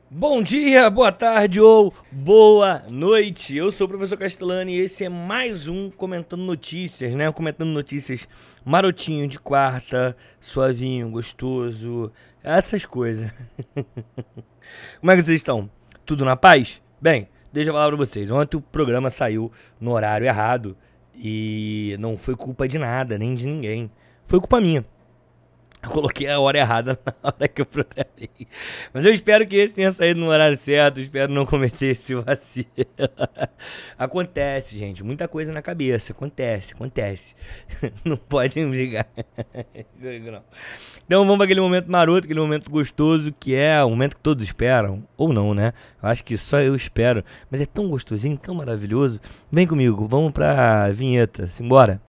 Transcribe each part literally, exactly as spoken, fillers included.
Bom dia, boa tarde ou boa noite. Eu sou o professor Castellani e esse é mais um Comentando Notícias, né? Comentando notícias marotinho de quarta, suavinho, gostoso, essas coisas. Como é que vocês estão? Tudo na paz? Bem, deixa eu falar pra vocês. Ontem o programa saiu no horário errado e não foi culpa de nada, nem de ninguém. Foi culpa minha. Eu coloquei a hora errada na hora que eu programei. Mas eu espero que esse tenha saído no horário certo. Espero não cometer esse vacilo. Acontece, gente. Muita coisa na cabeça. Acontece, acontece. Não pode me brigar. Não. Então vamos para aquele momento maroto, aquele momento gostoso, que é o momento que todos esperam. Ou não, né? Eu acho que só eu espero. Mas é tão gostosinho, tão maravilhoso. Vem comigo, vamos pra vinheta. Simbora.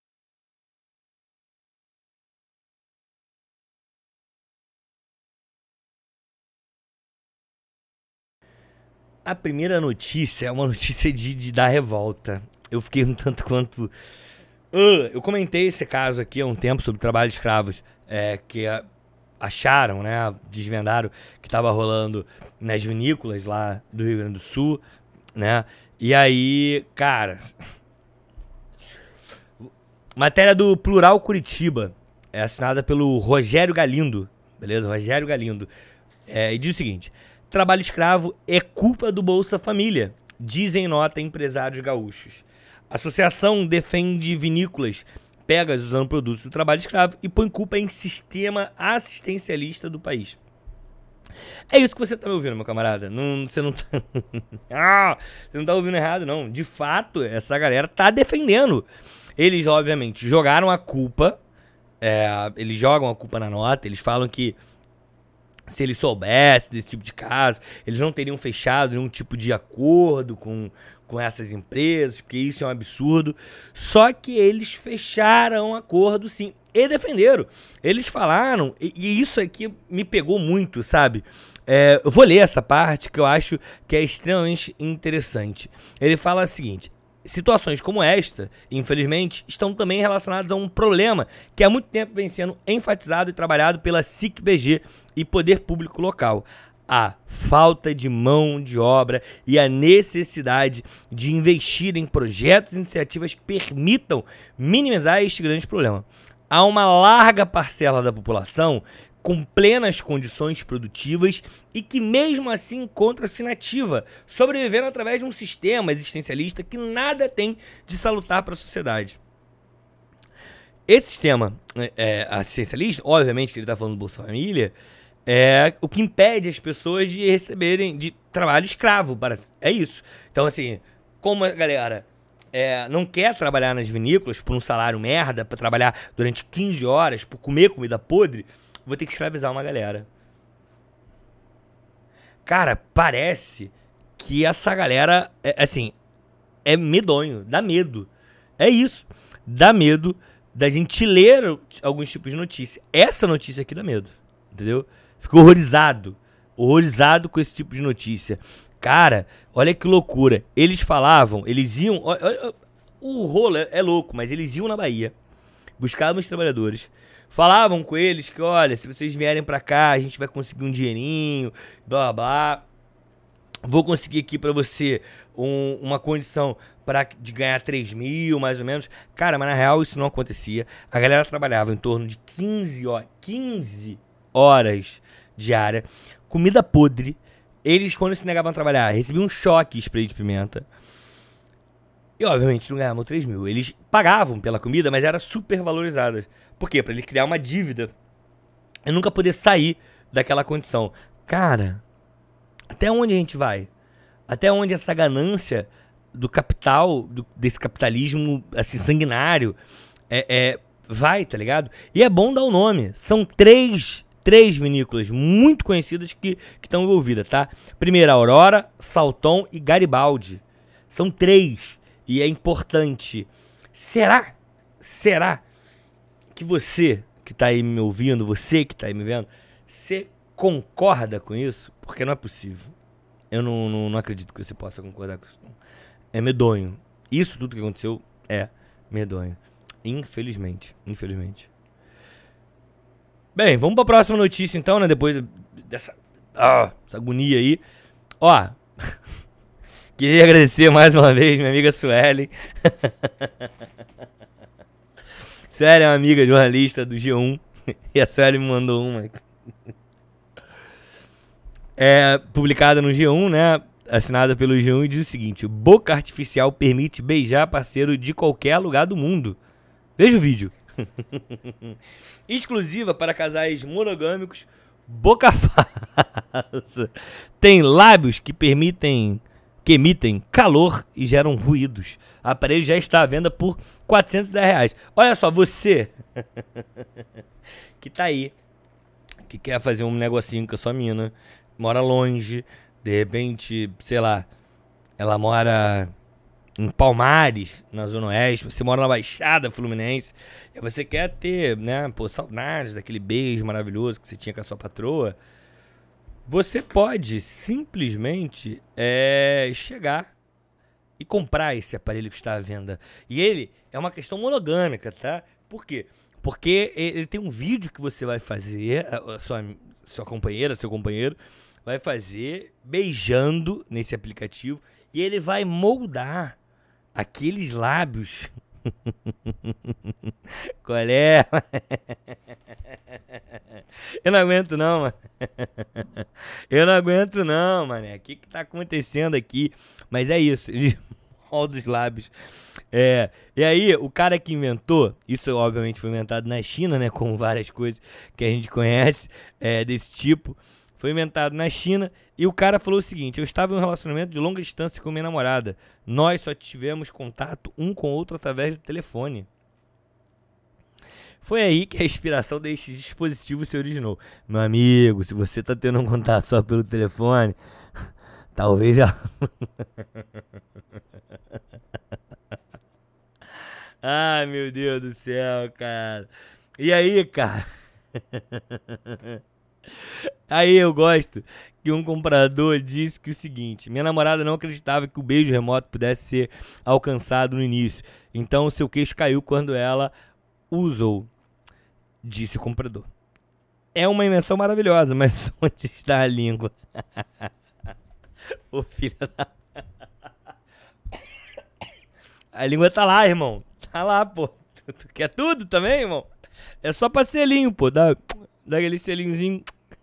A primeira notícia é uma notícia de, de dar revolta. Eu fiquei um tanto quanto. Uh, eu comentei esse caso aqui há um tempo sobre trabalho de escravos, é, que uh, acharam, né? Desvendaram que estava rolando nas vinícolas lá do Rio Grande do Sul, né? E aí, cara. Matéria do Plural Curitiba, é assinada pelo Rogério Galindo, beleza? Rogério Galindo. É, e diz o seguinte: trabalho escravo é culpa do Bolsa Família, dizem nota empresários gaúchos. A associação defende vinícolas pegas usando produtos do trabalho escravo e põe culpa em sistema assistencialista do país. É isso que você tá me ouvindo, meu camarada. Não, você não tá. Ah, você não tá ouvindo errado, não. De fato, essa galera tá defendendo. Eles, obviamente, jogaram a culpa. É, eles jogam a culpa na nota. Eles falam que se eles soubessem desse tipo de caso, eles não teriam fechado nenhum tipo de acordo com, com essas empresas, porque isso é um absurdo. Só que eles fecharam acordo, sim, e defenderam. Eles falaram, e, e isso aqui me pegou muito, sabe? É, eu vou ler essa parte que eu acho que é extremamente interessante. Ele fala o seguinte: situações como esta, infelizmente, estão também relacionadas a um problema que há muito tempo vem sendo enfatizado e trabalhado pela S I C B G e poder público local: a falta de mão de obra e a necessidade de investir em projetos e iniciativas que permitam minimizar este grande problema. Há uma larga parcela da população com plenas condições produtivas e que mesmo assim encontra-se inativa, sobrevivendo através de um sistema existencialista que nada tem de salutar para a sociedade. Esse sistema é, assistencialista, obviamente que ele está falando do Bolsa Família, é o que impede as pessoas de receberem de trabalho escravo. Para, é isso. Então, assim, como a galera é, não quer trabalhar nas vinícolas por um salário merda, para trabalhar durante quinze horas, por comer comida podre, vou ter que escravizar uma galera. Cara, parece que essa galera, é, assim, é medonho, dá medo. É isso. Dá medo da gente ler alguns tipos de notícia. Essa notícia aqui dá medo, entendeu? Fico horrorizado. Horrorizado com esse tipo de notícia. Cara, olha que loucura. Eles falavam, eles iam... Olha, olha, o rolo é, é louco, mas eles iam na Bahia, buscavam os trabalhadores, falavam com eles que, olha, se vocês vierem pra cá, a gente vai conseguir um dinheirinho, blá blá blá. Vou conseguir aqui pra você um, uma condição pra, de ganhar três mil, mais ou menos. Cara, mas na real isso não acontecia. A galera trabalhava em torno de quinze horas, quinze horas diária, comida podre. Eles, quando se negavam a trabalhar, recebiam um choque spray de pimenta. E, obviamente, não ganhavam três mil. Eles pagavam pela comida, mas era super valorizada. Por quê? Pra ele criar uma dívida e nunca poder sair daquela condição. Cara, até onde a gente vai? Até onde essa ganância do capital, do, desse capitalismo, assim, sanguinário, é, é, vai, tá ligado? E é bom dar o nome. São três, três vinícolas muito conhecidas que estão envolvidas, tá? Primeiro, Aurora, Salton e Garibaldi. São três. E é importante. Será? Será que você que tá aí me ouvindo, você que tá aí me vendo, você concorda com isso? Porque não é possível. Eu não, não, não acredito que você possa concordar com isso. É medonho. Isso tudo que aconteceu é medonho. Infelizmente. Infelizmente. Bem, vamos pra próxima notícia então, né? Depois dessa Ah, essa agonia aí. Ó, queria agradecer mais uma vez minha amiga Suelen. Suelen é uma amiga jornalista do G um. E a Suelen me mandou uma. É publicada no G um, né? Assinada pelo G um e diz o seguinte: boca artificial permite beijar parceiro de qualquer lugar do mundo. Veja o vídeo. Exclusiva para casais monogâmicos. Boca falsa. Tem lábios que permitem que emitem calor e geram ruídos. O aparelho já está à venda por quatrocentos e dez reais. Olha só, você que tá aí, que quer fazer um negocinho com a sua mina, mora longe, de repente, sei lá, ela mora em Palmares, na Zona Oeste, você mora na Baixada Fluminense, e você quer ter, né, pô, saudades daquele beijo maravilhoso que você tinha com a sua patroa, você pode simplesmente é, chegar e comprar esse aparelho que está à venda. E ele é uma questão monogâmica, tá? Por quê? Porque ele tem um vídeo que você vai fazer, a sua, sua companheira, seu companheiro, vai fazer beijando nesse aplicativo, e ele vai moldar aqueles lábios. Qual é? Eu não aguento não, mano. Eu não aguento não, mané. O que que tá acontecendo aqui? Mas é isso, ele molda os lábios. É, e aí, o cara que inventou, isso obviamente foi inventado na China, né? Como várias coisas que a gente conhece é, desse tipo. Foi inventado na China e o cara falou o seguinte: eu estava em um relacionamento de longa distância com minha namorada. Nós só tivemos contato um com o outro através do telefone. Foi aí que a inspiração deste dispositivo se originou. Meu amigo, se você tá tendo um contato só pelo telefone, talvez ela... Ai, meu Deus do céu, cara. E aí, cara? Aí eu gosto que um comprador disse que o seguinte: minha namorada não acreditava que o beijo remoto pudesse ser alcançado no início, então o seu queixo caiu quando ela usou, disse o comprador. É uma invenção maravilhosa, mas onde está a língua? Ô filho da... A língua tá lá, irmão. Tá lá, pô. Tu quer tudo também, irmão? É só pra selinho, pô. Dá, dá aquele selinhozinho.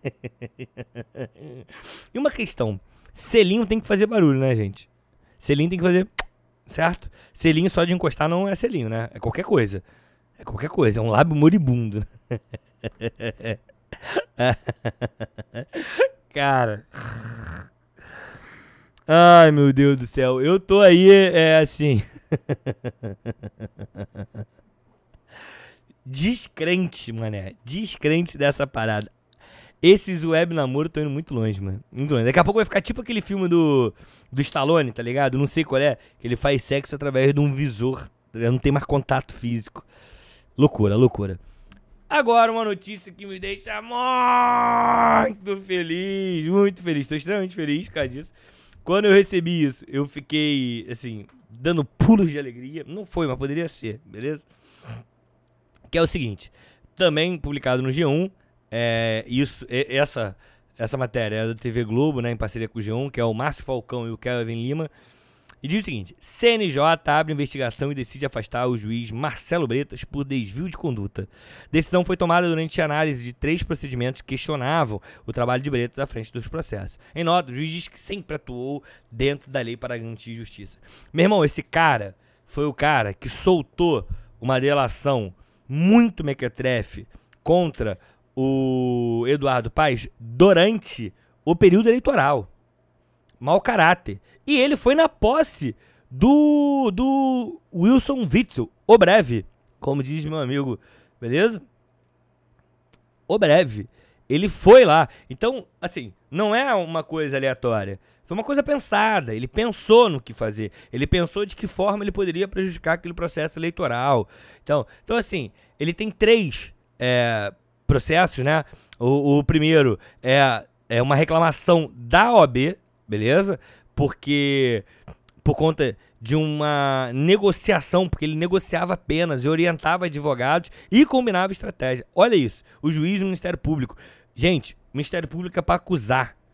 E uma questão: selinho tem que fazer barulho, né, gente? Selinho tem que fazer, certo? Selinho só de encostar não é selinho, né? É qualquer coisa. É qualquer coisa, é um lábio moribundo. Cara. Ai, meu Deus do céu. Eu tô aí, é assim... Descrente, mané. Descrente dessa parada. Esses web namoro estão indo muito longe, mano. Muito longe. Daqui a pouco vai ficar tipo aquele filme do, do Stallone, tá ligado? Não sei qual é. Que ele faz sexo através de um visor. Não tem mais contato físico. Loucura, loucura. Agora uma notícia que me deixa muito feliz. Muito feliz. Tô extremamente feliz por causa disso. Quando eu recebi isso, eu fiquei, assim, dando pulos de alegria. Não foi, mas poderia ser, beleza? Que é o seguinte. Também publicado no G um. É, isso, essa, essa matéria é da T V Globo, né, em parceria com o G um, que é o Márcio Falcão e o Kelvin Lima. E diz o seguinte: C N J abre investigação e decide afastar o juiz Marcelo Bretas por desvio de conduta. Decisão foi tomada durante a análise de três procedimentos que questionavam o trabalho de Bretas à frente dos processos. Em nota, o juiz diz que sempre atuou dentro da lei para garantir justiça. Meu irmão, esse cara foi o cara que soltou uma delação muito mequetrefe contra o Eduardo Paes durante o período eleitoral. Mau caráter. E ele foi na posse do, do Wilson Witzel, o breve, como diz meu amigo, beleza? O breve. Ele foi lá. Então, assim, não é uma coisa aleatória. Foi uma coisa pensada. Ele pensou no que fazer. Ele pensou de que forma ele poderia prejudicar aquele processo eleitoral. Então, então assim, ele tem três é, processos, né? O, o primeiro é, é uma reclamação da O A B, beleza? Porque por conta de uma negociação, porque ele negociava penas e orientava advogados e combinava estratégia. Olha isso, o juiz do Ministério Público. Gente, o Ministério Público é para acusar,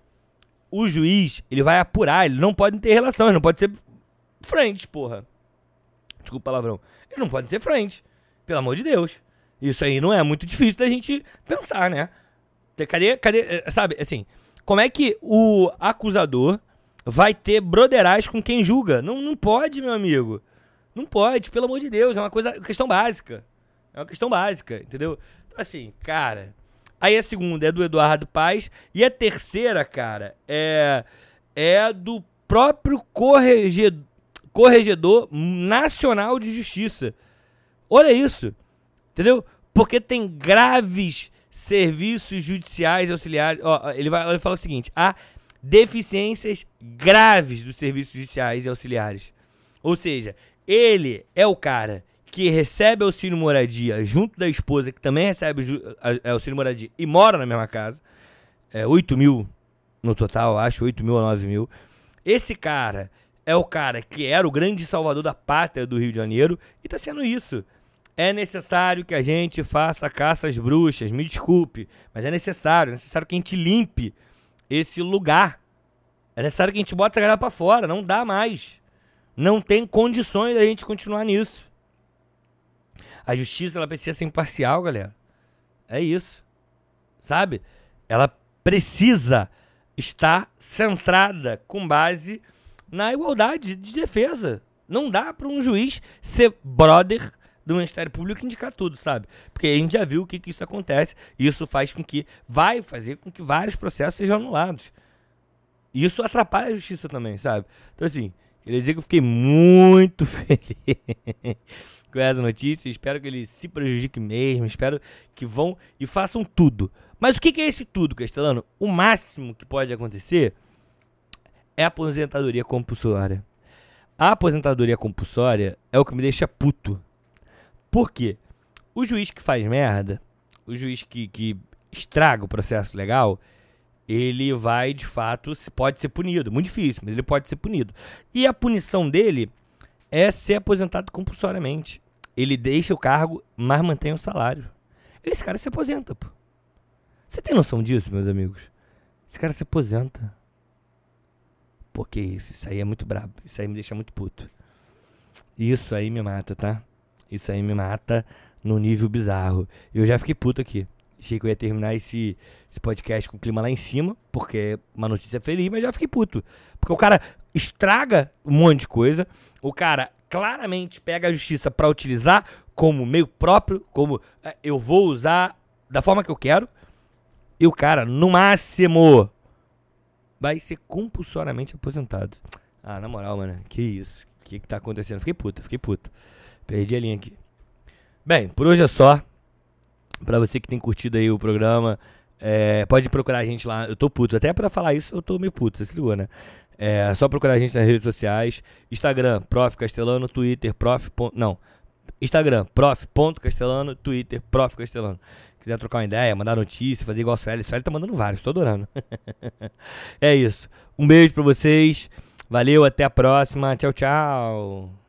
o juiz, ele vai apurar, ele não pode ter relação, ele não pode ser frente, porra. Desculpa o palavrão. Ele não pode ser frente, pelo amor de Deus. Isso aí não é muito difícil da gente pensar, né? Cadê, cadê, sabe, assim, como é que o acusador vai ter broderagem com quem julga? Não, não pode, meu amigo. Não pode, pelo amor de Deus, é uma coisa, questão básica. É uma questão básica, entendeu? Então, assim, cara... Aí a segunda é do Eduardo Paes. E a terceira, cara, é, é do próprio corregedor, corregedor Nacional de Justiça. Olha isso, entendeu? Porque tem graves serviços judiciais auxiliares. Ó, ele, vai, ele fala o seguinte: há deficiências graves dos serviços judiciais e auxiliares. Ou seja, ele é o cara que recebe auxílio moradia junto da esposa, que também recebe auxílio moradia e mora na mesma casa. É, oito mil no total, acho, oito mil ou nove mil. Esse cara é o cara que era o grande salvador da pátria do Rio de Janeiro e tá sendo isso. É necessário que a gente faça caça às bruxas, me desculpe, mas é necessário, é necessário que a gente limpe esse lugar. É necessário que a gente bote essa galera pra fora, não dá mais. Não tem condições da gente continuar nisso. A justiça, ela precisa ser imparcial, galera. É isso. Sabe? Ela precisa estar centrada com base na igualdade de defesa. Não dá para um juiz ser brother do Ministério Público e indicar tudo, sabe? Porque a gente já viu o que, que isso acontece. E isso faz com que... Vai fazer com que vários processos sejam anulados. E isso atrapalha a justiça também, sabe? Então, assim, queria dizer que eu fiquei muito feliz com essa notícia. Espero que ele se prejudique mesmo. Espero que vão e façam tudo. Mas o que é esse tudo, Castelano? O máximo que pode acontecer é a aposentadoria compulsória. A aposentadoria compulsória é o que me deixa puto. Por quê? O juiz que faz merda, o juiz que, que estraga o processo legal, ele vai, de fato, pode ser punido. Muito difícil, mas ele pode ser punido. E a punição dele é ser aposentado compulsoriamente. Ele deixa o cargo, mas mantém o salário. Esse cara se aposenta, pô. Você tem noção disso, meus amigos? Esse cara se aposenta. Pô, que isso? Isso aí é muito brabo. Isso aí me deixa muito puto. Isso aí me mata, tá? Isso aí me mata no nível bizarro. Eu já fiquei puto aqui. Achei que eu ia terminar esse, esse podcast com o clima lá em cima, porque é uma notícia feliz, mas já fiquei puto. Porque o cara estraga um monte de coisa, o cara claramente pega a justiça pra utilizar como meio próprio, como é, eu vou usar da forma que eu quero, e o cara, no máximo, vai ser compulsoriamente aposentado. Ah, na moral, mano, que isso? O que que tá acontecendo? Fiquei puto, fiquei puto. Perdi a linha aqui. Bem, por hoje é só. Pra você que tem curtido aí o programa, é, pode procurar a gente lá. Eu tô puto. Até pra falar isso, eu tô meio puto. Você se ligou, né? É só procurar a gente nas redes sociais. Instagram, Prof Castelano. Twitter, Prof. Não. Instagram, Prof.Castelano. Twitter, Prof Castelano. Quiser trocar uma ideia, mandar notícia, fazer igual o Sueli. O Sueli tá mandando vários, tô adorando. É isso. Um beijo pra vocês. Valeu, até a próxima. Tchau, tchau.